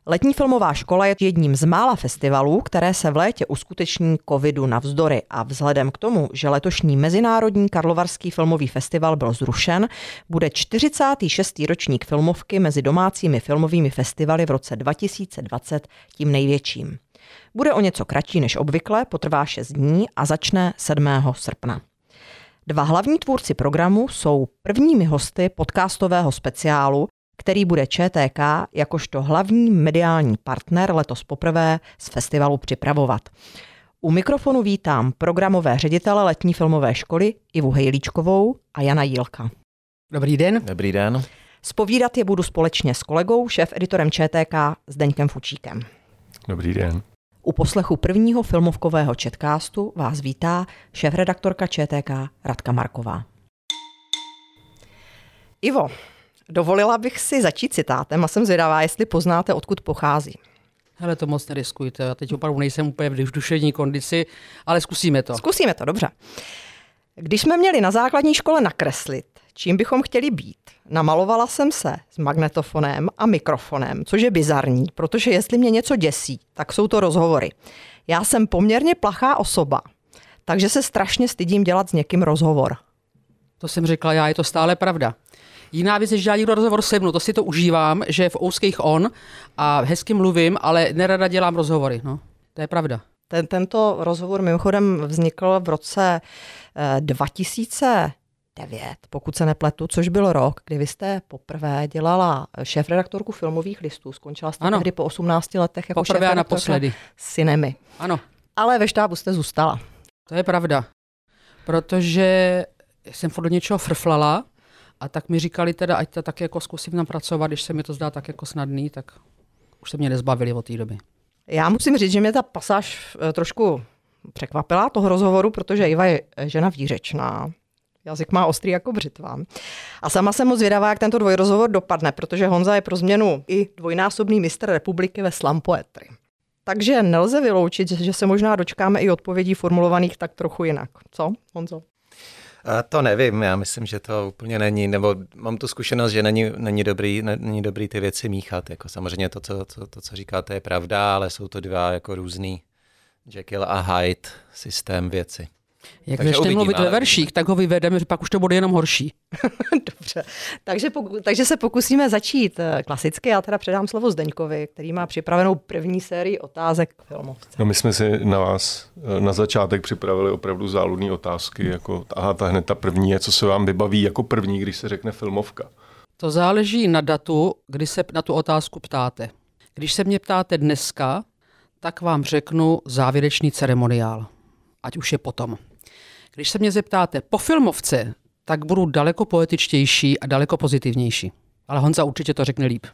Letní filmová škola je jedním z mála festivalů, které se v létě uskuteční covidu navzdory a vzhledem k tomu, že letošní Mezinárodní karlovarský filmový festival byl zrušen, bude 46. ročník filmovky mezi domácími filmovými festivaly v roce 2020 tím největším. Bude o něco kratší než obvykle, potrvá 6 dní a začne 7. srpna. Dva hlavní tvůrci programu jsou prvními hosty podcastového speciálu, který bude ČTK jakožto hlavní mediální partner letos poprvé z festivalu připravovat. U mikrofonu vítám programové ředitele Letní filmové školy Ivu Hejlíčkovou a Jana Jílka. Dobrý den. Dobrý den. Zpovídat je budu společně s kolegou, šéf-editorem ČTK Zdeňkem Fučíkem. Dobrý den. U poslechu prvního filmovkového chatcastu vás vítá šéfredaktorka ČTK Radka Marková. Ivo, dovolila bych si začít citátem a jsem zvědavá, jestli poznáte, odkud pochází. Hele, to moc neriskujte, já teď opravdu nejsem úplně v duševní kondici, ale zkusíme to. Zkusíme to, dobře. Když jsme měli na základní škole nakreslit, čím bychom chtěli být, namalovala jsem se s magnetofonem a mikrofonem, což je bizarní, protože jestli mě něco děsí, tak jsou to rozhovory. Já jsem poměrně plachá osoba, takže se strašně stydím dělat s někým rozhovor. To jsem řekla já, je to stále pravda. Jiná věc je, že dělá někdo rozhovor se mnou, to si to užívám, že je v úzkých on a hezky mluvím, ale nerada dělám rozhovory, no. To je pravda. Tento rozhovor mimochodem vznikl v roce 2009, pokud se nepletu, což byl rok, kdy vy jste poprvé dělala šéfredaktorku filmových listů. Skončila jste tehdy po 18 letech jako poprvé a naposledy s Cinemi. Ano. Ale ve štábu jste zůstala. To je pravda, protože jsem do něčeho frflala a tak mi říkali teda, ať to tak jako zkusím tam pracovat, když se mi to zdá tak jako snadný, tak už se mě nezbavili od té doby. Já musím říct, že mě ta pasáž trošku překvapila toho rozhovoru, protože Iva je žena výřečná. Jazyk má ostrý jako břitva. A sama jsem moc zvědavá, jak tento dvojrozhovor dopadne, protože Honza je pro změnu i dvojnásobný mistr republiky ve slam poetry. Takže nelze vyloučit, že se možná dočkáme i odpovědí formulovaných tak trochu jinak. Co, Honzo? To nevím, já myslím, že to úplně není, nebo mám tu zkušenost, že není dobrý ty věci míchat. Jako samozřejmě to, co říkáte, je pravda, ale jsou to dva jako různý Jekyll a Hyde systém věci. Jak začneme mluvit ve verších, tak ho vyvedeme, že pak už to bude jenom horší. Dobře, takže se pokusíme začít klasicky. Já teda předám slovo Zdeňkovi, který má připravenou první sérii otázek k filmovce. No, my jsme si na vás na začátek připravili opravdu záludné otázky. Jako, hned ta první je, co se vám vybaví jako první, když se řekne filmovka. To záleží na datu, kdy se na tu otázku ptáte. Když se mě ptáte dneska, tak vám řeknu závěrečný ceremoniál. Ať už je potom. Když se mě zeptáte po filmovce, tak budu daleko poetičtější a daleko pozitivnější. Ale Honza určitě to řekne líp.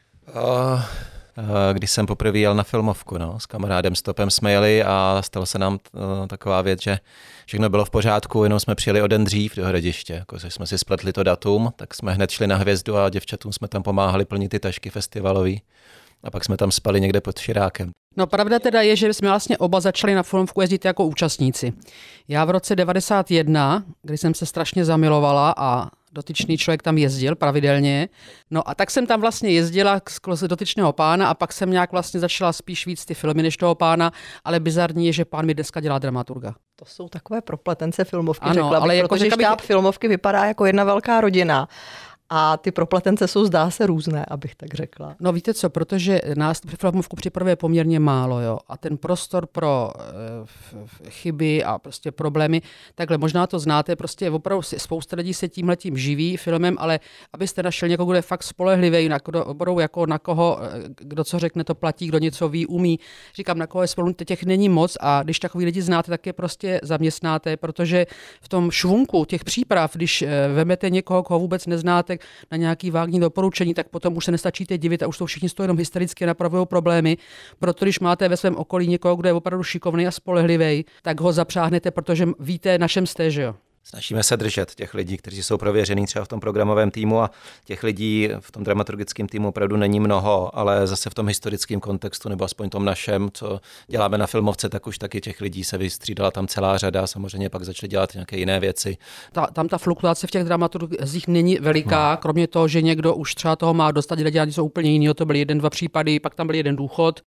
Když jsem poprvé jel na filmovku, s kamarádem Stopem jsme jeli a stalo se nám taková věc, že všechno bylo v pořádku, jenom jsme přijeli o den dřív do Hradiště. Jako jsme si spletli to datum, tak jsme hned šli na Hvězdu a děvčatům jsme tam pomáhali plnit ty tašky festivalový. A pak jsme tam spali někde pod Širákem. No pravda teda je, že jsme vlastně oba začali na filmovku jezdit jako účastníci. Já v roce 1991, kdy jsem se strašně zamilovala a dotyčný člověk tam jezdil pravidelně. No a tak jsem tam vlastně jezdila z dotyčného pána a pak jsem nějak vlastně začala spíš víc ty filmy než toho pána, ale bizarní je, že pán mi dneska dělá dramaturga. To jsou takové propletence filmovky, ano, řekla bych, ale jako protože štáb filmovky vypadá jako jedna velká rodina. A ty propletence jsou, zdá se, různé, abych tak řekla. No víte co, protože nás filmovku připravuje poměrně málo, jo. A ten prostor pro chyby a prostě problémy, takhle možná to znáte, prostě opravdu spousta lidí se tímhletím živí filmem, ale abyste našel někoho, kdo je fakt spolehlivý, na koho, kdo co řekne, to platí, kdo něco ví, umí. Říkám, na koho je spolehlivý, těch není moc a když takový lidi znáte, tak je prostě zaměstnáte, protože v tom švunku těch příprav, když vemete někoho, koho vůbec neznáte, na nějaký vágní doporučení, tak potom už se nestačíte divit a už to všichni stojí jenom hystericky a napravují problémy. Proto když máte ve svém okolí někoho, kdo je opravdu šikovný a spolehlivý, tak ho zapřáhnete, protože víte, na čem jste, že jo. Snažíme se držet těch lidí, kteří jsou prověřený třeba v tom programovém týmu a těch lidí v tom dramaturgickém týmu opravdu není mnoho, ale zase v tom historickém kontextu nebo aspoň tom našem, co děláme na filmovce, tak už taky těch lidí se vystřídala tam celá řada, samozřejmě pak začali dělat nějaké jiné věci. Tam ta fluktuace v těch dramaturgích není veliká, kromě toho, že někdo už třeba toho má dostat, dělat něco úplně jiného, to byly 1-2 případy, pak tam byl jeden důchod.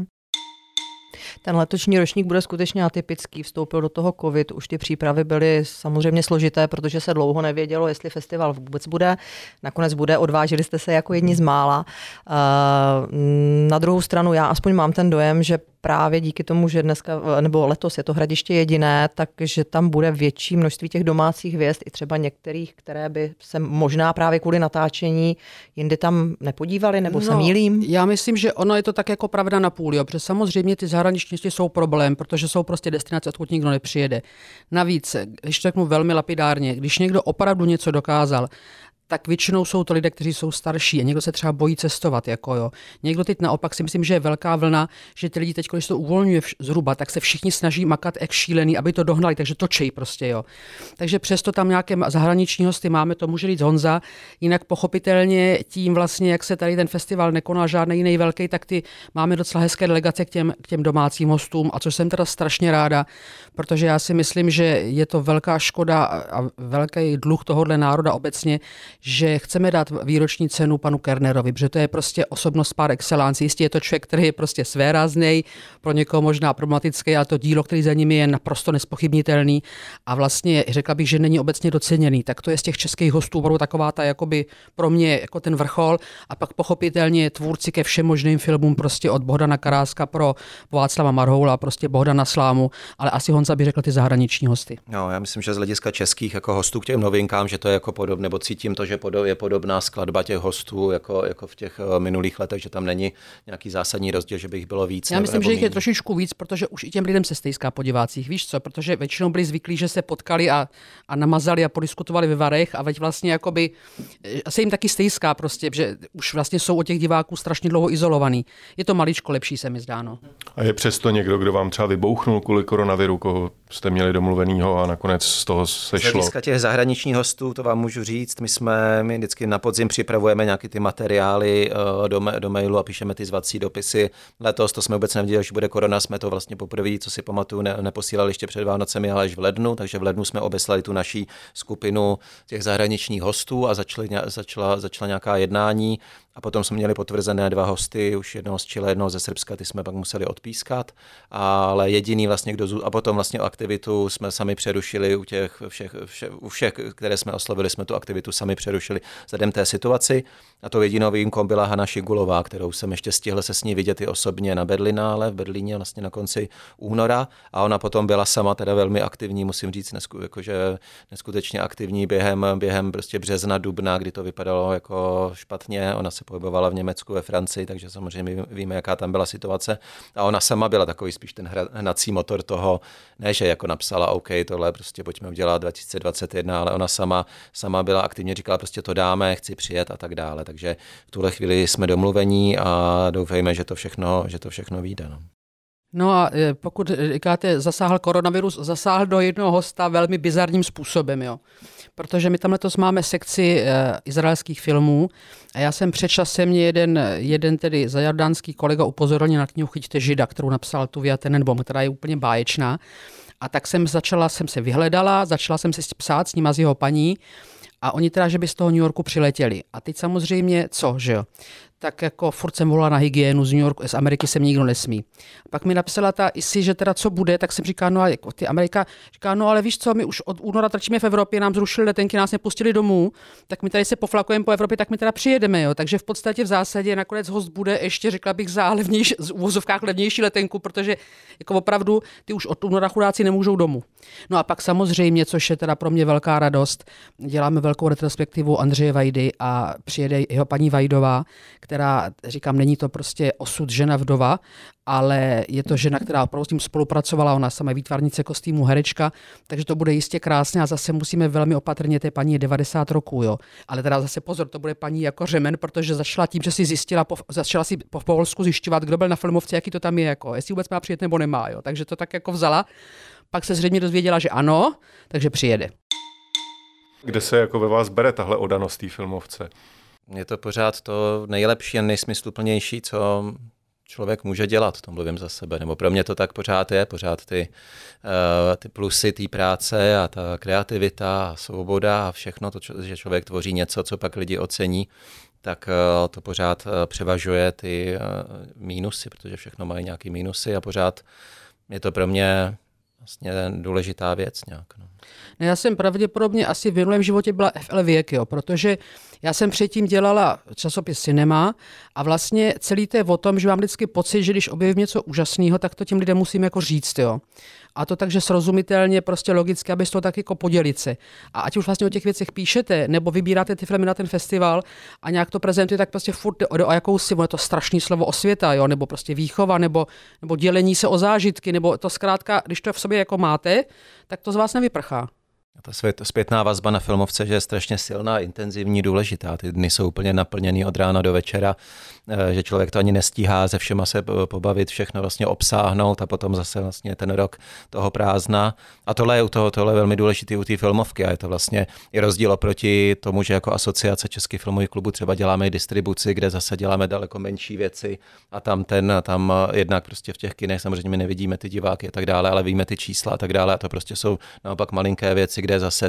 Ten letošní ročník bude skutečně atypický, vstoupil do toho covid, už ty přípravy byly samozřejmě složité, protože se dlouho nevědělo, jestli festival vůbec bude. Nakonec bude, odvážili jste se jako jedni z mála. Na druhou stranu já aspoň mám ten dojem, že právě díky tomu, že dneska nebo letos je to Hradiště jediné, takže tam bude větší množství těch domácích hvězd, i třeba některých, které by se možná právě kvůli natáčení jindy tam nepodívali, nebo se mýlím? Já myslím, že ono je to tak jako pravda na půl, jo, protože samozřejmě ty zahraniční jsou problém, protože jsou prostě destinace, odkud nikdo nepřijede. Navíc, když to řeknu velmi lapidárně, když někdo opravdu něco dokázal, tak většinou jsou to lidé, kteří jsou starší a někdo se třeba bojí cestovat. Jako jo. Někdo teď naopak si myslím, že je velká vlna, že ty lidi teď, když to uvolňuje zhruba, tak se všichni snaží makat jak šílený, aby to dohnali, takže točej prostě. Jo. Takže přesto tam nějaké zahraniční hosty máme, to může říct Honza, jinak pochopitelně tím vlastně, jak se tady ten festival nekonal žádný jiný velký, tak ty máme docela hezké delegace k těm domácím hostům, a což jsem teda strašně ráda, protože já si myslím, že je to velká škoda a velký dluh tohohle národa obecně, že chceme dát výroční cenu panu Kernerovi, protože to je prostě osobnost par excellence. Jistě je to člověk, který je prostě svéráznej, pro někoho možná problematický, ale to dílo, který za nimi je naprosto nespochybnitelný a vlastně řekla bych, že není obecně doceněný. Tak to je z těch českých hostů budou taková ta jakoby pro mě jako ten vrchol a pak pochopitelně tvůrci ke všem možným filmům prostě od Bohdana Karáska pro Václava Marhoula, prostě Bohdana Slámu, ale asi Honza by řekl ty zahraniční hosty. No, já myslím, že z hlediska českých jako hostů k těm novinkám, že to je jako podobné, nebo cítím to, že je podobná skladba těch hostů jako v těch minulých letech, že tam není nějaký zásadní rozdíl, že by jich bylo víc. Já myslím, že jich je trošičku víc, protože už i těm lidem se stejská po divácích, víš co, protože většinou byli zvyklí, že se potkali a namazali a podiskutovali ve varech a veď vlastně jakoby se jim taky stejská prostě, že už vlastně jsou od těch diváků strašně dlouho izolovaný. Je to maličko lepší, se mi zdá, no. A je přesto někdo, kdo vám třeba vybouchnul kvůli koronaviru, koho jste měli domluvenýho a nakonec z toho sešlo? Z hlediska těch zahraničních hostů, to vám můžu říct, my vždycky na podzim připravujeme nějaké ty materiály do mailu a píšeme ty zvací dopisy. Letos to jsme vůbec nevěděli, že bude korona, jsme to vlastně poprvé, co si pamatuju, neposílali ještě před Vánocemi, ale až v lednu, takže v lednu jsme obeslali tu naší skupinu těch zahraničních hostů a začala nějaká jednání a potom jsme měli potvrzené 2 hosty, už jednoho z Chile, jednoho ze Srbska, ty jsme pak museli odpískat, ale jediný vlastně, a potom vlastně aktivitu jsme sami přerušili u všech, které jsme oslovili, jsme tu aktivitu sami přerušili vzhledem té situaci. A to jedinou výjimkou byla Hana Šigulová, kterou jsem ještě stihl se s ní vidět i osobně na Berlinále v Berlíně vlastně na konci února a ona potom byla sama teda velmi aktivní, musím říct, jakože neskutečně aktivní během prostě března, dubna, kdy to vypadalo jako špatně. Ona se pohybovala v Německu, ve Francii, takže samozřejmě víme, jaká tam byla situace. A ona sama byla takový spíš ten hnací motor toho, ne, že jako napsala OK, tohle prostě pojďme udělat 2021, ale ona sama byla aktivně, říkala prostě to dáme, chci přijet a tak dále. Takže v tuhle chvíli jsme domluvení a doufejme, že to všechno vyjde. No a pokud říkáte, zasáhl koronavirus, zasáhl do jednoho hosta velmi bizarním způsobem, jo. Protože my tam letos máme sekci izraelských filmů a já jsem před časem mě jeden tedy zajardánský kolega upozornil na knihu Chyťte Žida, kterou napsal Tuvia Tenenbaum, která je úplně báječná. A tak jsem se vyhledala, začala jsem si psát s ním a s jeho paní a oni teda, že by z toho New Yorku přiletěli. A teď samozřejmě co, že jo? Tak jako furt jsem volala na hygienu z New Yorku, z Ameriky sem nikdo nesmí. A pak mi napsala ta Isi, že teda co bude, tak jsem říká, no a jako ty Amerika, říká, no ale víš co, my už od února trčíme v Evropě, nám zrušili letenky, nás nepustili domů, tak my tady se poflakujeme po Evropě, tak my teda přijedeme, jo. Takže v podstatě v zásadě nakonec host bude ještě, řekla bych, za levnější, z uvozovkách levnější letenku, protože jako opravdu ty už od února chudáci nemůžou domů. No a pak samozřejmě, což je teda pro mě velká radost, děláme velkou retrospektivu Andřeje Vajdy a přijede jeho paní Vajdová, která, říkám, není to prostě osud žena vdova, ale je to žena, která opravdu s tím spolupracovala, ona sama je výtvarnice kostýmu, herečka, takže to bude jistě krásné a zase musíme velmi opatrně, té paní je 90 roků, jo. Ale teda zase pozor, to bude paní jako řemen, protože začala tím, že si začala si po Polsku zjišťovat, kdo byl na filmovce, jaký to tam je, jako, jestli vůbec má přijet nebo nemá, jo. Takže to tak jako vzala, pak se zřejmě dozvěděla, že ano, takže přijede. Kde se jako ve vás bere tahle oddanost té filmovce? Je to pořád to nejlepší a nejsmysluplnější, co člověk může dělat, to mluvím za sebe, nebo pro mě to tak pořád je, pořád ty plusy té práce a ta kreativita a svoboda a všechno to, že člověk tvoří něco, co pak lidi ocení, tak to pořád převažuje ty mínusy, protože všechno mají nějaký mínusy a pořád je to pro mě vlastně důležitá věc nějak. No. No já jsem pravděpodobně asi v minulém životě byla FL Věk, protože já jsem předtím dělala časopis Cinema a vlastně celý to je o tom, že mám vždycky pocit, že když objevím něco úžasného, tak to těm lidem musím jako říct, jo. A to takže srozumitelně, prostě logicky, aby z toho tak jako podělit se. A ať už vlastně o těch věcech píšete, nebo vybíráte ty filmy na ten festival a nějak to prezentuje, tak prostě furt o jakousi, je to strašný slovo osvěta, jo, nebo prostě výchova, nebo dělení se o zážitky, nebo to zkrátka, když to v sobě jako máte, tak to z vás nevyprchá. Ta zpětná vazba na filmovce, že je strašně silná, intenzivní, důležitá. Ty dny jsou úplně naplněný od rána do večera, že člověk to ani nestíhá se všema se pobavit, všechno vlastně obsáhnout a potom zase vlastně ten rok toho prázdna. A tohle je velmi důležitý u té filmovky a je to vlastně i rozdíl oproti tomu, že jako asociace Českých filmových klubů třeba děláme i distribuci, kde zase děláme daleko menší věci a tam jednak prostě v těch kinech samozřejmě my nevidíme ty diváky a tak dále, ale víme ty čísla a tak dále a to prostě jsou naopak malinké věci, kde zase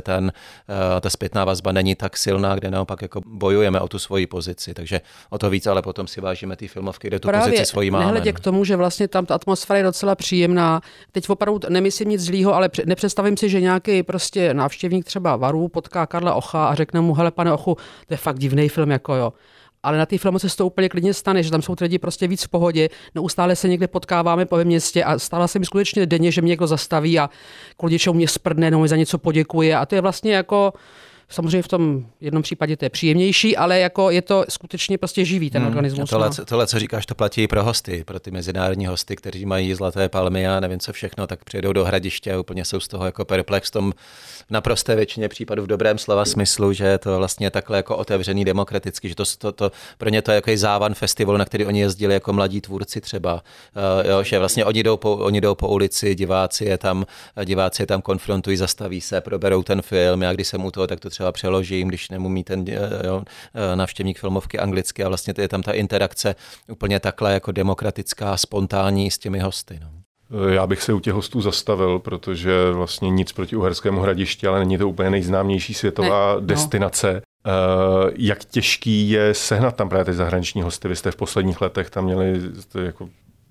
ta zpětná vazba není tak silná, kde naopak jako bojujeme o tu svoji pozici, takže o to víc, ale potom si vážíme ty filmovky, kde tu pozici svoji máme. Nehledě k tomu, že vlastně tam ta atmosféra je docela příjemná. Teď opravdu nemyslím nic zlýho, ale nepředstavím si, že nějaký prostě návštěvník třeba Varu potká Karla Ocha a řekne mu, hele pane Ochu, to je fakt divný film, jako jo. Ale na té filmovce se to úplně klidně stane, že tam jsou ty lidi prostě víc v pohodě, neustále se někde potkáváme po městě a stala se mi skutečně denně, že mě někdo zastaví a kvůli něčemu mě sprdne, no mi za něco poděkuje a to je vlastně jako, samozřejmě v tom jednom případě to je příjemnější, ale jako je to skutečně prostě živý ten organismus. Tohle, co říkáš, to platí i pro hosty, pro ty mezinárodní hosty, kteří mají zlaté palmy a nevím co všechno, tak přijedou do Hradiště a úplně jsou z toho jako perplex v tom naprosté většině případů v dobrém slova smyslu, že je to vlastně takhle jako otevřený demokraticky, že to pro ně to je jako závan festivalu, na který oni jezdili jako mladí tvůrci třeba, jo, že vlastně oni jdou po ulici, diváci je tam konfrontují, zastaví se, proberou ten film, já když jsem u toho, tak to třeba přeložím, když neumí ten návštěvník filmovky anglicky a vlastně je tam ta interakce úplně takhle jako demokratická, spontánní s těmi hosty. No. Já bych se u těch hostů zastavil, protože vlastně nic proti Uherskému Hradišti, ale není to úplně nejznámější světová destinace. Jak těžký je sehnat tam právě ty zahraniční hosty? Vy jste v posledních letech tam měli jako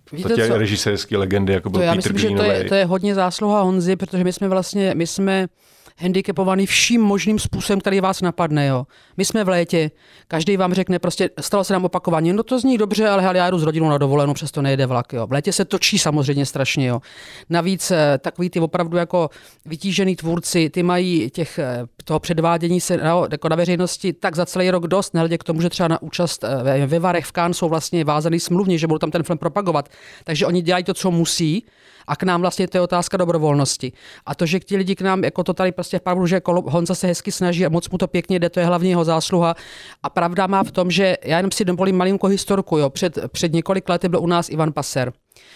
režisérské legendy, jako byl Peter Greenaway. Že to je hodně zásluha Honzy, protože my jsme handicapovaný vším možným způsobem, který vás napadne. Jo. My jsme v létě, každý vám řekne, prostě stalo se nám opakovaně, no to zní dobře, ale já jdu s rodinou na dovolenou, přesto nejede vlak. Jo. V létě se točí samozřejmě strašně. Jo. Navíc takový ty opravdu jako vytížený tvůrci, ty mají toho předvádění se jako na veřejnosti tak za celý rok dost, nehledě k tomu, že třeba na účast ve Varech v Cannes jsou vlastně vázaný smluvně, že budou tam ten film propagovat. Takže oni dělají to, co musí. A k nám vlastně to je otázka dobrovolnosti. A to, že ti lidi k nám, jako to tady prostě pravdu, že Honza se hezky snaží a moc mu to pěkně jde, to je hlavně jeho zásluha. A pravda má v tom, že já jenom si dovolím malinkou historku. Jo. Před několik lety byl u nás Ivan Passer.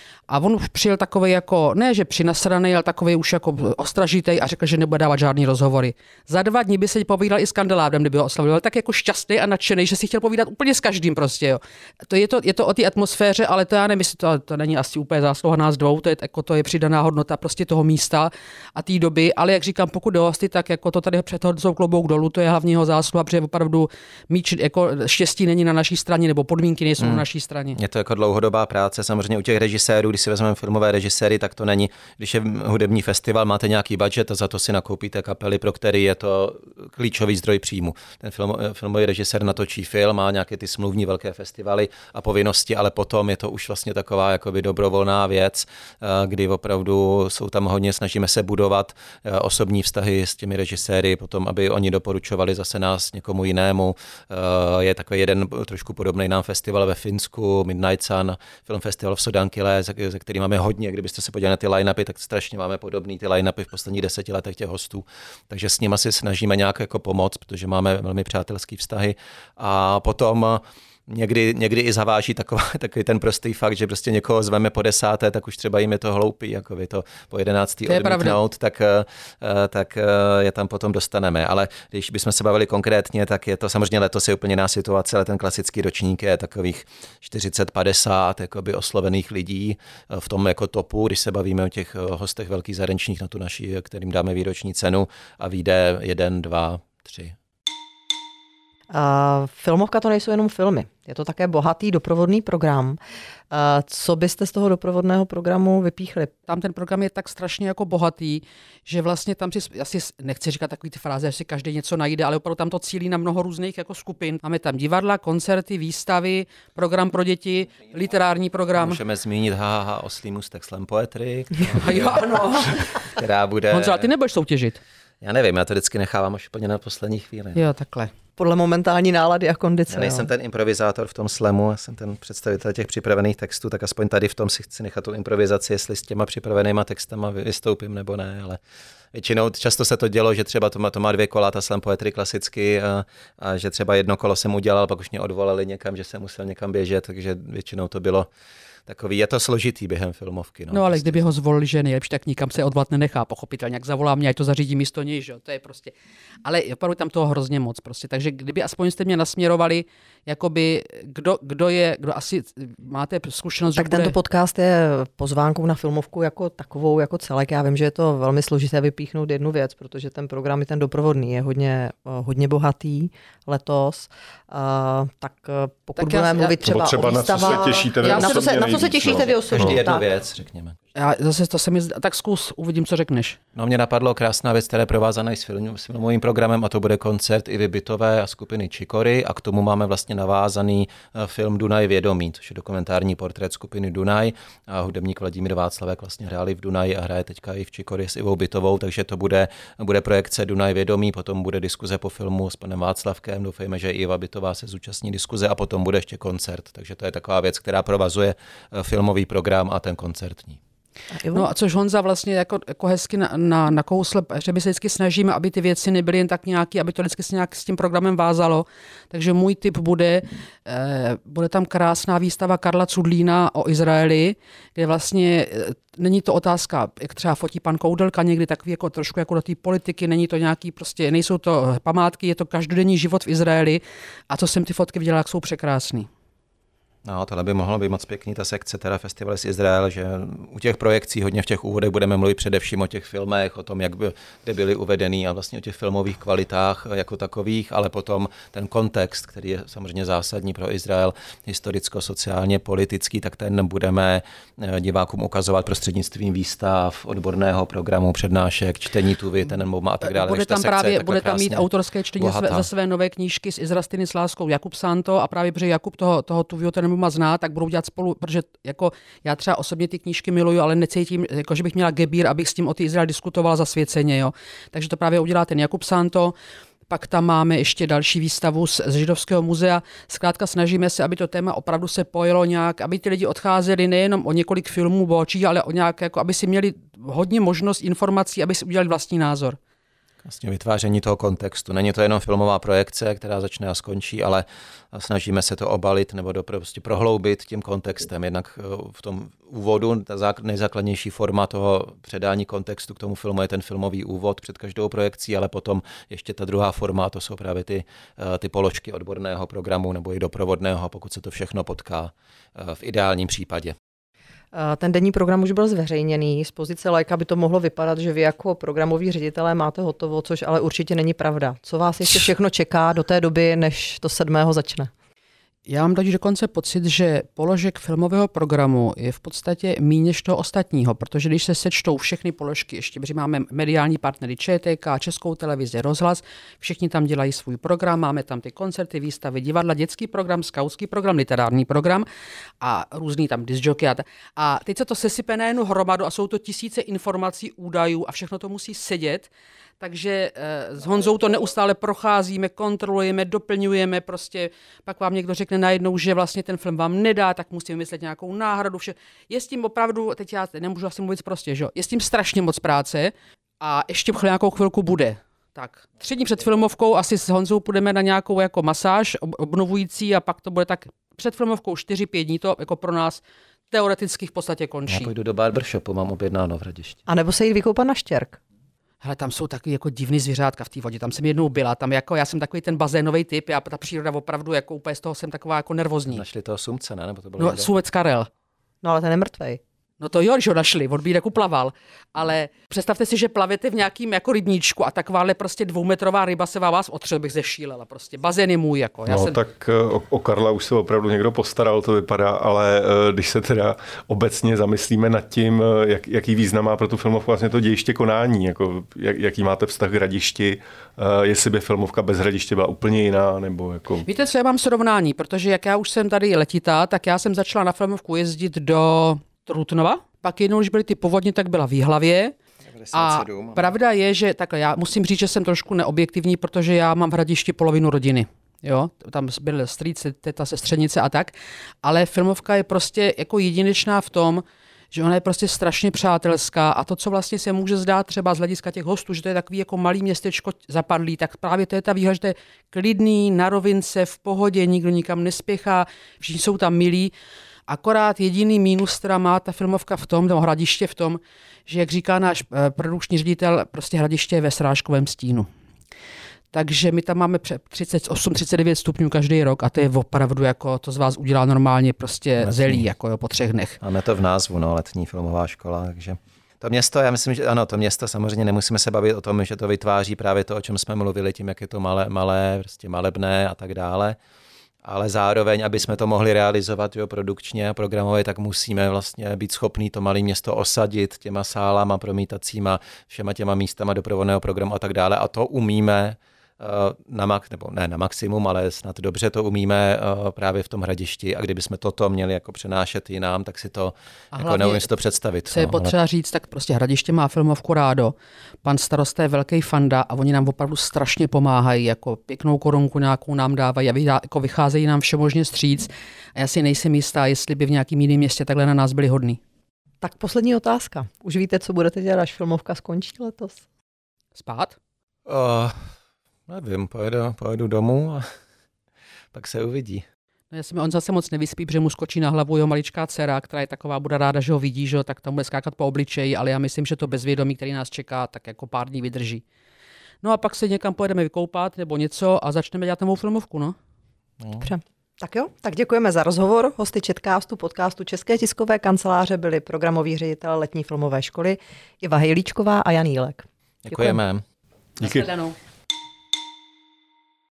A on už přijel takovej jako, ne že přinasranej, ale takovej už jako ostražitej a řekl, že nebude dávat žádný rozhovory. Za 2 dny by se povídal i s Kandelábrem, kdyby ho oslavil, ale tak jako šťastný a nadšený, že si chtěl povídat úplně s každým prostě. Jo. Je to o té atmosféře, ale to já nevím, to není asi úplně zásluha nás dvou, to je přidaná hodnota prostě toho místa a té doby, ale jak říkám, pokud do hosty, tak jako to tady před jsou klobouk dolů, to je hlavního zásluha, protože opravdu jako štěstí není na naší straně nebo podmínky nejsou na naší straně. Je to jako dlouhodobá práce, samozřejmě u těch režisérů, když si vezmeme filmové režiséry, tak to není, když je hudební festival, máte nějaký budget a za to si nakoupíte kapely, pro který je to klíčový zdroj příjmu. Ten filmový režisér natočí film, má nějaké ty smluvní velké festivaly a povinnosti, ale potom je to už vlastně taková jakoby dobrovolná věc, kdy opravdu jsou tam hodně, snažíme se budovat osobní vztahy s těmi režiséry, potom, aby oni doporučovali zase nás někomu jinému. Je takový jeden trošku podobný nám festival ve Finsku, Midnight Sun, film festival v Sodankyle, ze který máme hodně, kdybyste se podívali na ty line-upy, tak strašně máme podobný ty line-upy v posledních 10 letech těch hostů. Takže s nimi si snažíme nějak jako pomoct, protože máme velmi přátelský vztahy. A potom někdy i zaváží takový ten prostý fakt, že prostě někoho zveme po 10., tak už třeba jim je to hloupý, jako vy to po 11. odmítnout, tak je tam potom dostaneme. Ale když bychom se bavili konkrétně, tak je to samozřejmě letos je úplně jiná situace, ale ten klasický ročník je takových 40-50 jakoby oslovených lidí v tom jako topu, když se bavíme o těch hostech velkých zahraničních na tu naší, kterým dáme výroční cenu a vyjde 1, 2, 3. Filmovka to nejsou jenom filmy, je to také bohatý doprovodný program. Co byste z toho doprovodného programu vypíchli? Tam ten program je tak strašně jako bohatý, že vlastně tam asi nechci říkat takový ty fráze, že si každý něco najde, ale opravdu tam to cílí na mnoho různých jako skupin. Máme tam divadla, koncerty, výstavy, program pro děti, literární program. Můžeme zmínit Oslý můstek Slam Poetry, Jo, ano. která bude... Honzo, ale ty nebudeš soutěžit? Já nevím, já to vždycky nechávám až úplně na poslední chvíli. Jo, takhle. Podle momentální nálady a kondice. Já nejsem ten improvizátor v tom slamu, já jsem ten představitel těch připravených textů, tak aspoň tady v tom si chci nechat tu improvizaci, jestli s těma připravenýma textama vystoupím nebo ne, ale většinou často se to dělo, že třeba to má 2 kola, ta slam poetry klasicky a že třeba 1 kolo jsem udělal, pak už mě odvolali někam, že jsem musel někam běžet, takže většinou to bylo takový, je to složitý během filmovky. No ale kdyby ho zvolili, že nejlepší, tak nikam se odvolat nenechá, pochopitelně, jak zavolá mě, ať to zařídí místo něj, že? To je prostě, ale opravdu tam toho hrozně moc prostě, takže kdyby aspoň jste mě nasměrovali, jakoby, kdo asi máte zkušenost, tak že tento podcast je pozvánkou na filmovku jako takovou, jako celek. Já vím, že je to velmi složité vypíchnout jednu věc, protože ten program, ten doprovodný, je hodně bohatý letos. Tak pokud budeme mluvit třeba o výstavách... Na co se těšíte? Na co se těšíte vy osobně? Každý jednu věc, řekněme. Já zase to se mi tak zkus, uvidím, co řekneš. No mě napadlo krásná věc, která je provázaná s filmovým programem a to bude koncert Ivy Bytové a skupiny Čikory a k tomu máme vlastně navázaný film Dunaj vědomí, což je dokumentární portrét skupiny Dunaj a hudebník Vladimír Václavek vlastně hráli v Dunaji a hraje teďka i v Čikory s Ivou Bytovou, takže to bude projekce Dunaj vědomí, potom bude diskuze po filmu s panem Václavkem, doufejme, že Iva Bytová se zúčastní diskuze a potom bude ještě koncert, takže to je taková věc, která provazuje filmový program a ten koncertní. No a což Honza vlastně jako hezky nakousl, že my se vždycky snažíme, aby ty věci nebyly jen tak nějaký, aby to vždycky se nějak s tím programem vázalo. Takže můj tip bude tam krásná výstava Karla Cudlína o Izraeli, kde vlastně není to otázka, jak třeba fotí pan Koudelka někdy takový jako trošku jako do té politiky, není to nějaký prostě, nejsou to památky, je to každodenní život v Izraeli a co jsem ty fotky viděla, jak jsou překrásný. No, tohle by mohlo být moc pěkný, ta sekce teda Festivaly z Izrael, že u těch projekcí hodně v těch úvodech budeme mluvit především o těch filmech, o tom, kde byly uvedený a vlastně o těch filmových kvalitách jako takových, ale potom ten kontext, který je samozřejmě zásadní pro Izrael, historicko-sociálně politický, tak ten budeme divákům ukazovat prostřednictvím výstav, odborného programu, přednášek, čtení Tuvy, Tenenbauma a tak dále. Bude tam mít autorské čtení ze své nové knížky z Izrastiny s láskou Jakub Santo a právě protože Jakub toho Tuviho Tenenbauma zná, tak budou dělat spolu, protože jako já třeba osobně ty knížky miluju, ale necítím, jako že bych měla gebír, abych s tím o ty Izrael diskutovala zasvěceně, jo. Takže to právě udělá ten Jakub Santo. Pak tam máme ještě další výstavu z Židovského muzea. Zkrátka snažíme se, aby to téma opravdu se pojilo nějak, aby ty lidi odcházeli nejenom o několik filmů bočí, ale o nějak, jako aby si měli hodně možnost informací, aby si udělali vlastní názor. Vlastně vytváření toho kontextu. Není to jenom filmová projekce, která začne a skončí, ale snažíme se to obalit nebo prostě prohloubit tím kontextem. Jednak v tom úvodu, ta nejzákladnější forma toho předání kontextu k tomu filmu je ten filmový úvod před každou projekcí, ale potom ještě ta druhá forma, to jsou právě ty položky odborného programu nebo i doprovodného, pokud se to všechno potká v ideálním případě. Ten denní program už byl zveřejněný. Z pozice laika by to mohlo vypadat, že vy jako programoví ředitelé máte hotovo, což ale určitě není pravda. Co vás ještě všechno čeká do té doby, než to 7. začne? Já mám tady dokonce pocit, že položek filmového programu je v podstatě méně než toho ostatního, protože když se sečtou všechny položky, ještě protože máme mediální partnery ČTK, Českou televizi, Rozhlas, všichni tam dělají svůj program, máme tam ty koncerty, výstavy, divadla, dětský program, skautský program, literární program a různý tam discjockey. A teď se to sesype na jednu hromadu a jsou to tisíce informací, údajů a všechno to musí sedět. Takže s Honzou to neustále procházíme, kontrolujeme, doplňujeme, prostě pak vám někdo řekne najednou, že vlastně ten film vám nedá, tak musíme vymyslet nějakou náhradu. Je s tím opravdu, teď já nemůžu asi mluvit prostě, že? Je s tím strašně moc práce a ještě nějakou chvilku bude. Tak, 3 dní před filmovkou asi s Honzou půjdeme na nějakou jako masáž obnovující a pak to bude tak před filmovkou 4-5 dní, to jako pro nás teoreticky v podstatě končí. Já půjdu do barbershopu, mám objednáno v Hradišti. A nebo se jít vykoupat na Štěrk. Hele, tam jsou taky jako divný zvířátka v té vodě. Tam jsem jednou byla, tam jako já jsem takový ten bazénový typ, a ta příroda opravdu jako úplně z toho jsem taková jako nervózní. Našli toho sumce, ne? Nebo to bylo no, Sumec Karel. No ale ten je mrtvej. No to jo, když ho našli, on by jako plaval, ale představte si, že plavete v nějakým jako rybníčku a takováhle prostě 2metrová ryba se vás otřel, bych zešílela prostě. Bazén je můj jako. Tak o Karla už se opravdu někdo postaral, to vypadá, ale když se teda obecně zamyslíme nad tím, jaký význam má pro tu filmovku vlastně to dějiště konání, jako jaký máte vztah k Hradišti, jestli by filmovka bez Hradiště byla úplně jiná, nebo jako... Víte, co já mám srovnání, protože jak já už jsem tady letitá, tak já jsem začala na filmovku jezdit do Trutnova, pak jednou, když byly ty povodně, tak byla v Jihlavě. A pravda je, že takhle, já musím říct, že jsem trošku neobjektivní, protože já mám v Hradišti polovinu rodiny. Jo, tam byl strýc, teta, sestřenice a tak, ale filmovka je prostě jako jedinečná v tom, že ona je prostě strašně přátelská a to, co vlastně se může zdát třeba z hlediska těch hostů, že to je takový jako malý městečko zapadlý, tak právě to je ta výhoda, že to je klidný, na rovince, v pohodě, nikdo nikam nespěchá, všichni jsou tam milí. Akorát jediný mínus, která má ta filmovka v tom, nebo Hradiště v tom, že jak říká náš produkční ředitel, prostě Hradiště je ve srážkovém stínu. Takže my tam máme 38-39 stupňů každý rok a to je opravdu jako, to z vás udělá normálně prostě zelí jako jo, po 3 dnech. Máme to v názvu, no, letní filmová škola, takže... To město, já myslím, že ano, to město samozřejmě nemusíme se bavit o tom, že to vytváří právě to, o čem jsme mluvili, tím, jak je to malé, prostě malebné a tak dále. Ale zároveň, aby jsme to mohli realizovat jo, produkčně a programově, tak musíme vlastně být schopní to malé město osadit těma sálama, promítacíma, všema těma místama doprovodného programu a tak dále. A to umíme na maximum, ale snad dobře to umíme právě v tom Hradišti. A kdybychom toto měli jako přenášet jinam, tak si to jako neumím si to představit. Co je potřeba říct, tak prostě Hradiště má filmovku rádo. Pan starosta je velký fanda a oni nám opravdu strašně pomáhají, jako pěknou korunku nějakou nám dávají a jako vycházejí nám všemožně stříc. A já si nejsem jistá, jestli by v nějakým jiném městě takhle na nás byli hodní. Tak poslední otázka. Už víte, co budete dělat, až filmovka skončí letos? Spát? Nevím, pojedu domů a pak se uvidí. No já se mi on zase moc nevyspí, protože mu skočí na hlavu jeho maličká dcera, která je taková, bude ráda, že ho vidí, že tak tam bude skákat po obličeji, ale já myslím, že to bezvědomí, který nás čeká, tak jako pár dní vydrží. No a pak se někam pojedeme vykoupat nebo něco a začneme dělat novou filmovku, no. Dobře. Tak jo, tak děkujeme za rozhovor. Hosty Chatcastu, podcastu České tiskové kanceláře byli programoví ředitelé letní filmové školy Iva Hejlíčková a Jan Jílek. Děkujeme. Díky. Nashledanou.